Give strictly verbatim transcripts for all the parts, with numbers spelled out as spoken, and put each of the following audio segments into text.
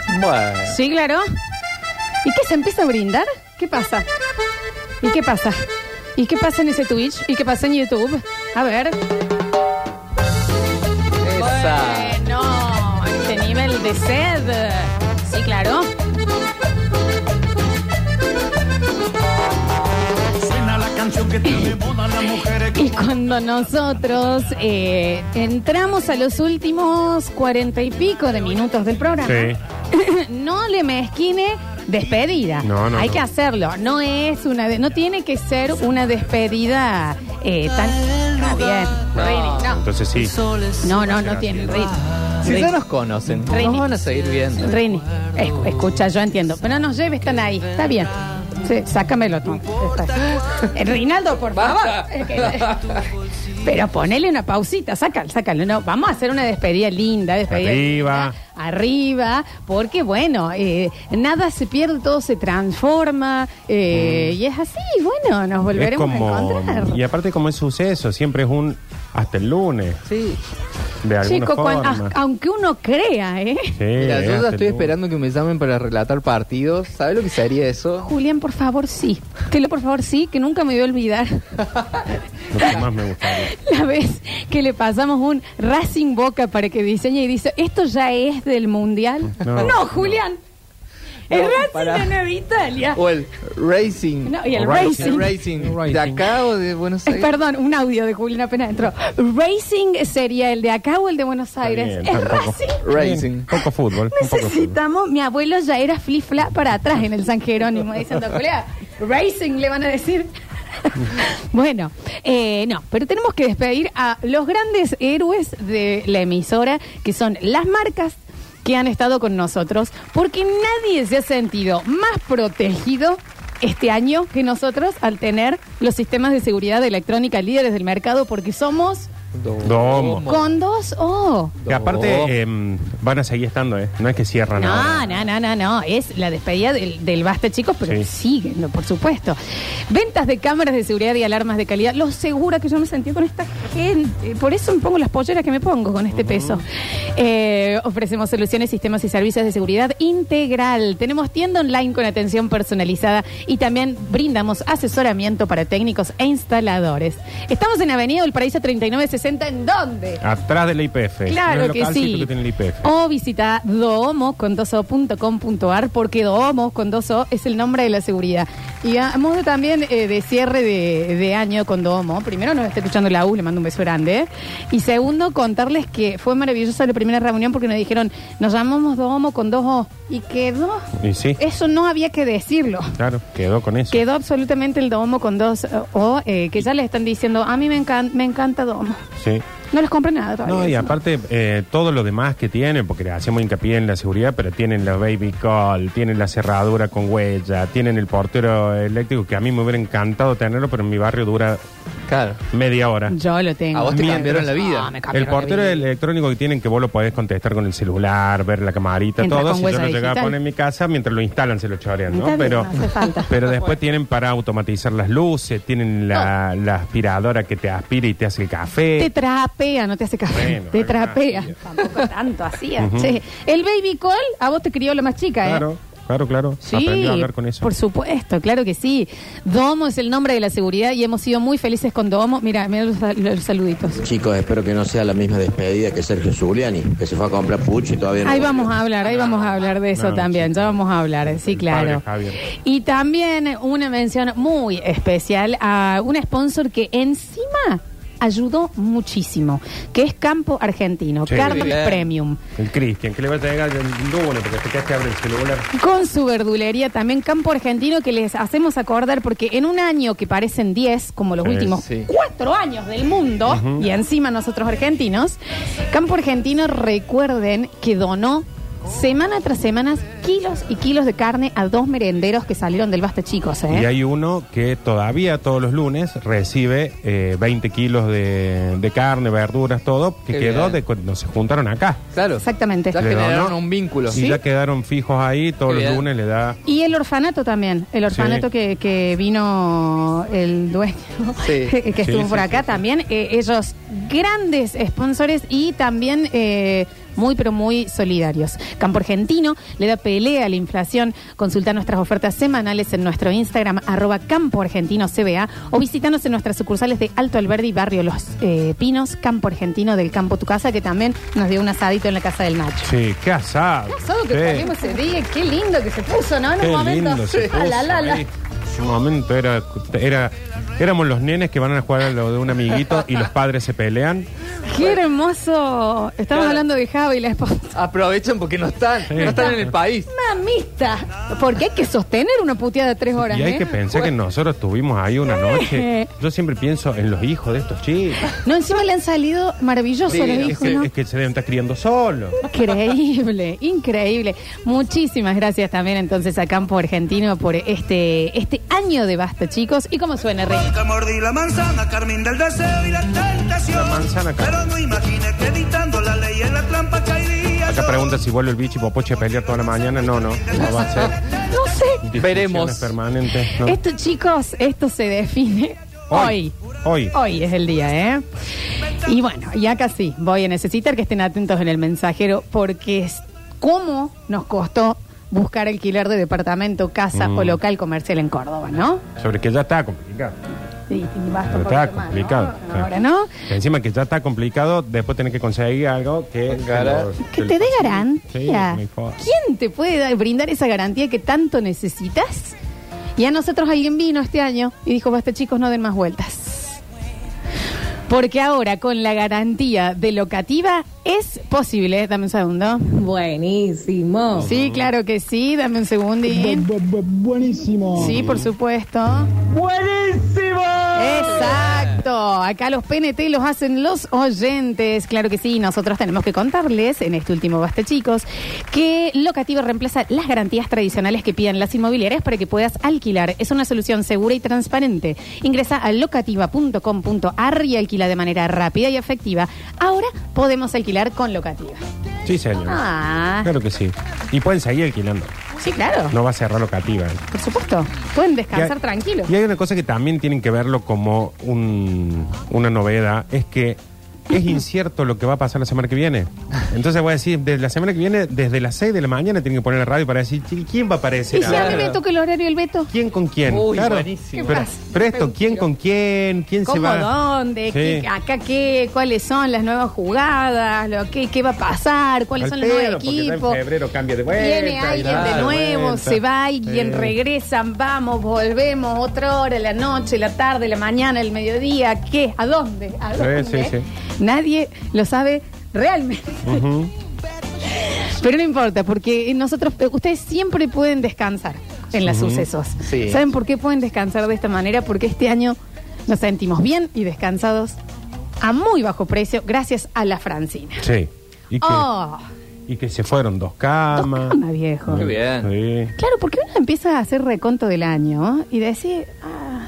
Bueno. Sí, claro. ¿Y qué se empieza a brindar? ¿Qué pasa? ¿Y qué pasa? ¿Y qué pasa en ese Twitch? ¿Y qué pasa en YouTube? A ver. Esa. Bueno, este nivel de sed. Sí, claro. Y cuando nosotros eh, entramos a los últimos cuarenta y pico de minutos del programa, Sí. no le mezquine despedida. No, no, Hay no. que hacerlo. No es una, de- no tiene que ser una despedida eh, tan. Está bien, No. Rini, no. Entonces sí. No, no, no tiene Rini. Si Rini. ya nos conocen, Rini. nos van a seguir viendo. Rini, es- escucha, yo entiendo. Pero no nos lleves tan ahí. Está bien. Sí, sácamelo tú. Eh, Rinaldo, por favor. Es que- Pero ponele una pausita, sácalo, sácalo. No, vamos a hacer una despedida linda, despedida Arriba. linda, arriba, porque bueno, eh, nada se pierde, todo se transforma, eh, y es así, bueno, nos Es volveremos a como. encontrar. Y aparte, como es suceso, siempre es un. Hasta el lunes. Sí. De alguna Chico, cuan- forma. a- aunque uno crea, ¿eh? Sí, Mira, yo hasta ya el estoy lunes. esperando que me llamen para relatar partidos. ¿Sabes lo que sería eso? Julián, por favor, sí. Te lo por favor, sí, que nunca me voy a olvidar. Lo que más me gustaría. La vez que le pasamos un Racing Boca para que diseñe y dice, ¿esto ya es del Mundial? No. No, Julián. El No, Racing para. de Nueva Italia. O el Racing. No, y el O Racing. El Racing. Racing. ¿De acá o de Buenos Eh, Aires? Perdón, un audio de Julián apenas entró. ¿Racing sería el de acá o el de Buenos Aires? bien, ¿Es tampoco. Racing? Racing. Bien, poco fútbol. Un poco fútbol. Necesitamos, mi abuelo ya era flip-flap para atrás en el San Jerónimo, diciendo, Julián, Racing le van a decir. Bueno, eh, no, pero tenemos que despedir a los grandes héroes de la emisora, que son las marcas que han estado con nosotros, porque nadie se ha sentido más protegido este año que nosotros al tener los sistemas de seguridad electrónica líderes del mercado, porque somos Domo. con dos O. Que aparte em, van a seguir estando, ¿eh? No es que cierran No, ahora. no, no, no, no. Es la despedida del, del Basta, chicos, pero Sí. siguen, no, por supuesto. Ventas de cámaras de seguridad y alarmas de calidad. Lo segura que yo me sentí con esta gente. Por eso me pongo las polleras que me pongo con este peso. Eh, ofrecemos soluciones, sistemas y servicios de seguridad integral. Tenemos tienda online con atención personalizada y también brindamos asesoramiento para técnicos e instaladores. Estamos en Avenida del Paraíso treinta y nueve sesenta. ¿En dónde? Atrás de la I P F. Claro En el que localcito sí. que tiene la I P F. O visita doomo con dos o punto com punto ar porque Doomo con dos o es el nombre de la seguridad. Y a modo también eh, de cierre de, de año con Doomo, primero nos está escuchando la U, le mando un beso grande. Y segundo, contarles que fue maravillosa la primera reunión porque nos dijeron, nos llamamos Doomo con dos O. Y quedó. Y sí, Eso no había que decirlo. claro, quedó con eso. Quedó absolutamente el Doomo con dos O, eh, que ya le están diciendo, a mí me, encan- me encanta Doomo. Sí. No les compré nada todavía. No, y eso. aparte, eh, todo lo demás que tienen, porque hacemos hincapié en la seguridad, pero tienen la baby call, tienen la cerradura con huella, tienen el portero eléctrico, que a mí me hubiera encantado tenerlo, pero en mi barrio dura Claro. media hora. Yo lo tengo. A vos te Mientras- cambiaron la vida. Ah, me cambiaron El portero la vida. electrónico que tienen, que vos lo podés contestar con el celular, ver la camarita, Entras todo. con Si yo huella lo llegaba a digital. poner en mi casa, mientras lo instalan se lo chorean, ¿no? Está bien, Pero, no hace falta. pero después tienen para automatizar las luces, tienen la, la aspiradora que te aspira y te hace el café. Te trapea, no te hace café. Bueno, te algo trapea. más, sí. Tampoco tanto hacía. Ujú. Che, el baby call a vos te crió la más chica, ¿eh? Claro, claro, claro. Sí, Aprendió a hablar con eso. por supuesto, claro que sí. Domo es el nombre de la seguridad y hemos sido muy felices con Domo. Mira, mira los, los saluditos. Chicos, espero que no sea la misma despedida que Sergio Zuliani, que se fue a comprar pucho y todavía no Ahí volvió. vamos a hablar, ahí vamos a hablar de eso No, también, ya vamos a hablar, sí, El claro. padre Javier. Y también una mención muy especial a un sponsor que encima ayudó muchísimo, que es Campo Argentino, Sí. Carne Bien. Premium. El Cristian, que le va a llegar el lunes, porque te quedas que abre el celular. Con su verdulería también Campo Argentino, que les hacemos acordar, porque en un año que parecen diez, como los Sí, últimos sí. cuatro años del mundo, y encima nosotros argentinos, Campo Argentino, recuerden que donó semana tras semana kilos y kilos de carne a dos merenderos que salieron del Basta, chicos, ¿eh? Y hay uno que todavía todos los lunes recibe eh, veinte kilos de, de carne, verduras, todo, que Qué quedó bien. de cuando se juntaron acá. Claro. Exactamente. Ya Le generaron donó. un vínculo. Y ya quedaron fijos ahí, todos Qué los bien. lunes le da... Y el orfanato también, el orfanato Sí. que, que vino el dueño, Sí. que estuvo Sí, por sí, acá sí, sí. también, eh, ellos grandes sponsores y también eh, muy pero muy solidarios. Campo Argentino le da pelea a la inflación. Consulta nuestras ofertas semanales en nuestro Instagram, arroba Campo Argentino C B A, o visítanos en nuestras sucursales de Alto Alberdi, Barrio Los eh, Pinos, Campo Argentino del Campo Tu Casa, que también nos dio un asadito en la casa del Nacho. Sí, qué asado. Qué asado que Sí. comimos ese día, qué lindo que se puso, ¿no? En Qué un momento. lindo se Ah, la, la, la. puso ahí. En un momento era, era, éramos los nenes que van a jugar a lo de un amiguito y los padres se pelean. Qué hermoso. Estamos Claro. hablando de Java y la esposa. Aprovechan porque no están, Sí. no están en el país. Mamista. Porque hay que sostener una puteada de tres horas, Y hay ¿eh? que pensar que nosotros estuvimos ahí una noche. Yo siempre pienso en los hijos de estos chicos. No, encima le han salido maravillosos Sí, los es Es hijos, que, ¿no? es que se deben estar criando solos. Increíble, increíble. Muchísimas gracias también entonces a Campo Argentino por este, este año de Basta, chicos. ¿Y cómo suena, Rey? Que mordí la manzana, Carmín del deseo y la tentación. La manzana, Carmen. Pero no imaginé que editando la ley en la trampa caería. Acá yo. pregunta si vuelve el bicho y Popoche a pelear toda la mañana. No, no. No va a ser. No sé. discusiones Veremos. permanentes, ¿no? Esto, chicos, esto se define hoy. Hoy. Hoy es el día, ¿eh? Y bueno, ya casi voy a necesitar que estén atentos en el mensajero porque es cómo nos costó buscar alquiler de departamento, casa Mm. o local comercial en Córdoba, ¿no? Sobre que ya está complicado. Y, y basta Pero un está poquito más, complicado. ¿no? Sí. Ahora, ¿no? Encima que ya está complicado, después tenés que conseguir algo que... Cara- lo- Que el- te dé Sí, garantía. muy fácil. ¿Quién te puede dar- brindar esa garantía que tanto necesitas? Y a nosotros alguien vino este año y dijo, basta chicos, no den más vueltas. Porque ahora con la garantía de locativa es posible. Dame un segundo. Buenísimo. Sí, claro que sí. Dame un segundín. Buenísimo. Sí, por supuesto. Buenísimo. Exacto. Acá los P N T los hacen los oyentes. Claro que sí. Nosotros tenemos que contarles en este último Basta, chicos, que Locativa reemplaza las garantías tradicionales que piden las inmobiliarias para que puedas alquilar. Es una solución segura y transparente. Ingresa a locativa punto com punto ar y alquila de manera rápida y efectiva. Ahora podemos alquilar con Locativa. Sí, señor. Ah, Claro que sí. Y pueden seguir alquilando. sí, claro. No va a cerrar locativa. Por supuesto. Pueden descansar Y hay- tranquilos. Y hay una cosa que también tienen que verlo como un, una novedad, es que es incierto lo que va a pasar la semana que viene. Entonces voy a decir, desde la semana que viene, desde las seis de la mañana tienen que poner la radio para decir, "Chi, ¿quién va a aparecer? ¿Y si a mí ahora? me toca el horario del Beto? ¿Quién con quién? Uy, Claro. buenísimo. ¿Qué Pero, pasa? pero esto, ¿quién con quién? ¿Quién se ¿Cómo, va? dónde? Sí. ¿Qué- acá qué? ¿Cuáles son las nuevas jugadas? Lo, qué, ¿Qué va a pasar? ¿Cuáles Al son los nuevos pedo, porque ya en equipos? febrero cambia de vuelta. Viene y alguien da de nuevo, vuelta. se va alguien, Sí. regresan, vamos, volvemos, otra hora, la noche, la tarde, la mañana, el mediodía, ¿qué? ¿A dónde? ¿A dónde? Sí, sí, sí. Nadie lo sabe realmente. Ujú. Pero no importa, porque nosotros, ustedes siempre pueden descansar en los Ujú. sucesos. Sí. ¿Saben por qué pueden descansar de esta manera? Porque este año nos sentimos bien y descansados a muy bajo precio gracias a la Francina. Sí. Y que, Oh, y que se fueron dos camas. dos camas, viejo. Muy bien. Sí. Claro, porque uno empieza a hacer reconto del año y decir, ah,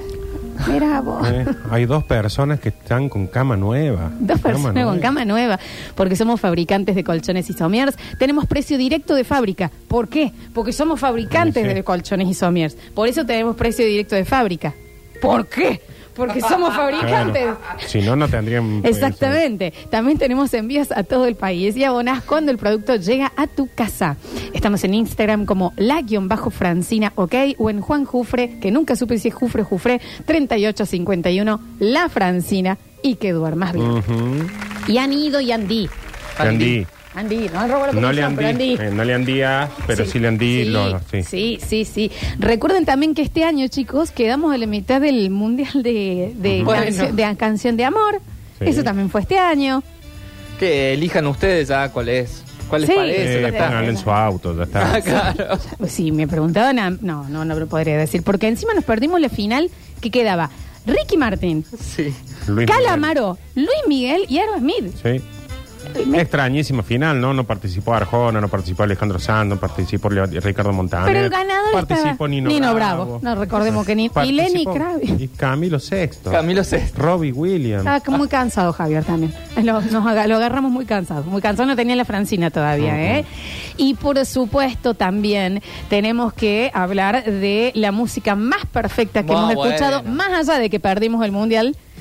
mira vos. Eh, hay dos personas que están con cama nueva. Dos Cama personas con nueva. cama nueva, porque somos fabricantes de colchones y somiers. Tenemos precio directo de fábrica. ¿Por qué? Porque somos fabricantes Sí, sí. de colchones y somiers. Por eso tenemos precio directo de fábrica. ¿Por qué? Porque somos fabricantes. Claro. Si no, no tendrían... pues, Exactamente. También tenemos envíos a todo el país y abonás cuando el producto llega a tu casa. Estamos en Instagram como la-francina, ok, o en Juan Jufre, que nunca supe si es Jufre o Jufre, treinta y ocho cincuenta y uno, La Francina, y que duermas bien. Ujú. Y han ido y Andy. Andy. Andy, no robo la No le comisión, andí, pero Andy. eh, no le andía, pero sí, le andí. Sí, lo- sí. sí, sí, sí. Recuerden también que este año, chicos, quedamos a la mitad del Mundial de, de, Bueno. cancio- de Canción de Amor. Sí. Eso también fue este año. Que elijan ustedes ya cuál es. ¿Cuál les Sí. parece? Eh, Ya está. pónganlo en su auto, ya está. Ah, claro. Sí, me preguntaban, a- no, no, no lo podría decir, porque encima nos perdimos la final que quedaba Ricky Martin, Sí. Luis Calamaro, Luis Miguel y Aerosmith. Miguel. Sí. Extrañísima final, ¿no? No participó Arjona, no participó Alejandro Sanz, no participó Leo- Ricardo Montaner. Pero el ganador participó estaba Nino, Bravo. No, recordemos que ni... Y Lenny Participó- Kravitz. Y Camilo Sexto. Camilo Sesto. Robbie Williams. Estaba muy cansado Javier también. Lo, nos aga- lo agarramos muy cansado. Muy cansado, no tenía la Francina todavía, ¿eh? Y por supuesto también tenemos que hablar de la música más perfecta que Muy hemos escuchado, buena. más allá de que perdimos el Mundial.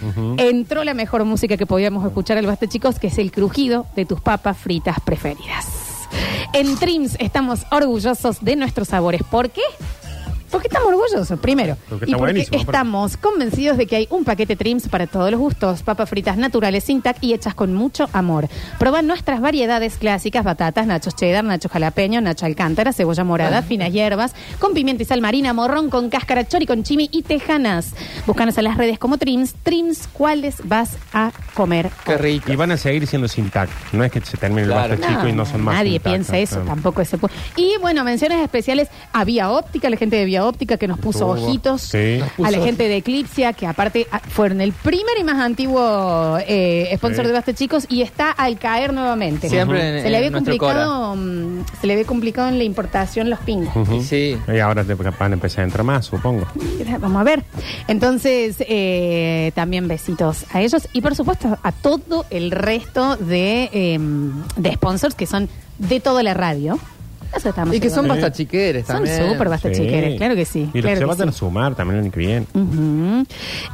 Ujú. entró la mejor música que podíamos escuchar al Basta, chicos, que es el crujido de tus papas fritas preferidas. En Trims estamos orgullosos de nuestros sabores. ¿Por qué? Porque estamos orgullosos, primero. Porque y está porque buenísimo, estamos convencidos de que hay un paquete Trims para todos los gustos. Papas fritas naturales, sin tac y hechas con mucho amor. Probá nuestras variedades clásicas: batatas, nachos cheddar, nachos jalapeño, nacho alcántara, cebolla morada, finas hierbas, con pimienta y sal marina, morrón con cáscara, chori con chimi y tejanas. Búscanos en las redes como Trims. Trims, ¿cuáles vas a comer? Qué rico. Y van a seguir siendo sin tac. No es que se termine Claro. el basta chico y no son más. Nadie sin tac, piensa ¿no? eso, Ah. tampoco ese pu- Y bueno, menciones especiales a Vía Óptica, la gente de Vía Óptica que nos puso Estuvo. ojitos, Sí. Nos a la gente de Eclipsia, que aparte ah, fueron el primer y más antiguo eh, sponsor Sí. de Basta, chicos, y está al caer nuevamente. Siempre en- se le había en nuestro complicado, mm, se le había complicado en la importación los pingos. Ujú. Sí. Y ahora te van a empezar a entrar más, supongo. Vamos a ver. Entonces, eh, también besitos a ellos y por supuesto a todo el resto de, eh, de sponsors que son de toda la radio. Eso estamos Y que son llegando. basta chiqueres Son también. súper basta Sí. chiqueres, claro que sí. Y los claro que se que van a sí. sumar también el año que viene. Ujú.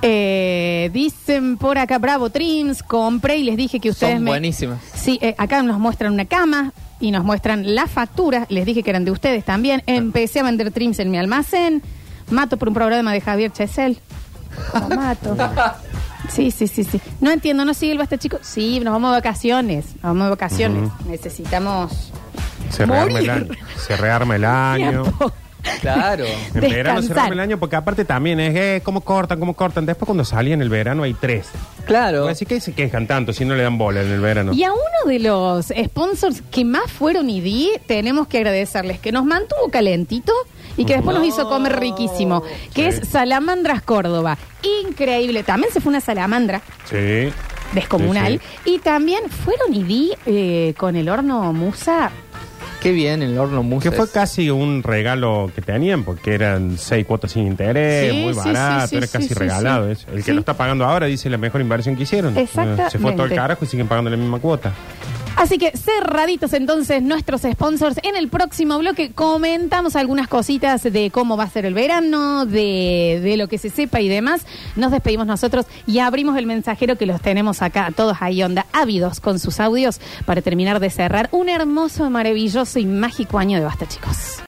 Eh, dicen por acá, bravo Trims, compré y les dije que ustedes Son me... buenísimas. Sí, eh, acá nos muestran una cama y nos muestran la factura. Les dije que eran de ustedes también. Empecé a vender Trims en mi almacén. Mato por un programa de Javier Chesel. Como mato. Sí, sí, sí, sí. No entiendo, ¿no sigue el Basta, chicos? Sí, nos vamos de vacaciones. Nos vamos de vacaciones. Necesitamos... Se rearma el Morir. año. Se rearma el año. tiempo. Claro. En verano se Descansar. rearma el año porque aparte también es, eh, ¿cómo cortan, cómo cortan? Después cuando salí en el verano hay tres. Claro. Así que se quejan tanto si no le dan bola en el verano. Y a uno de los sponsors que más fueron y di, tenemos que agradecerles que nos mantuvo calentito y que después nos hizo comer riquísimo, que Sí. es Salamandras Córdoba. Increíble. También se fue una salamandra Sí. descomunal. Sí, Y también fueron y di eh, con el horno Musa. Qué bien el horno mousse. Que fue casi un regalo que tenían, porque eran seis cuotas sin interés, Sí, muy sí, barato, sí, era sí, casi sí, regalado. sí. eso. El que Sí. lo está pagando ahora dice la mejor inversión que hicieron. Exactamente. Eh, Se fue todo el carajo y siguen pagando la misma cuota. Así que cerraditos entonces nuestros sponsors. En el próximo bloque comentamos algunas cositas de cómo va a ser el verano, de, de lo que se sepa y demás. Nos despedimos nosotros y abrimos el mensajero que los tenemos acá, todos ahí onda, ávidos con sus audios para terminar de cerrar un hermoso, maravilloso y mágico año de Basta, chicos.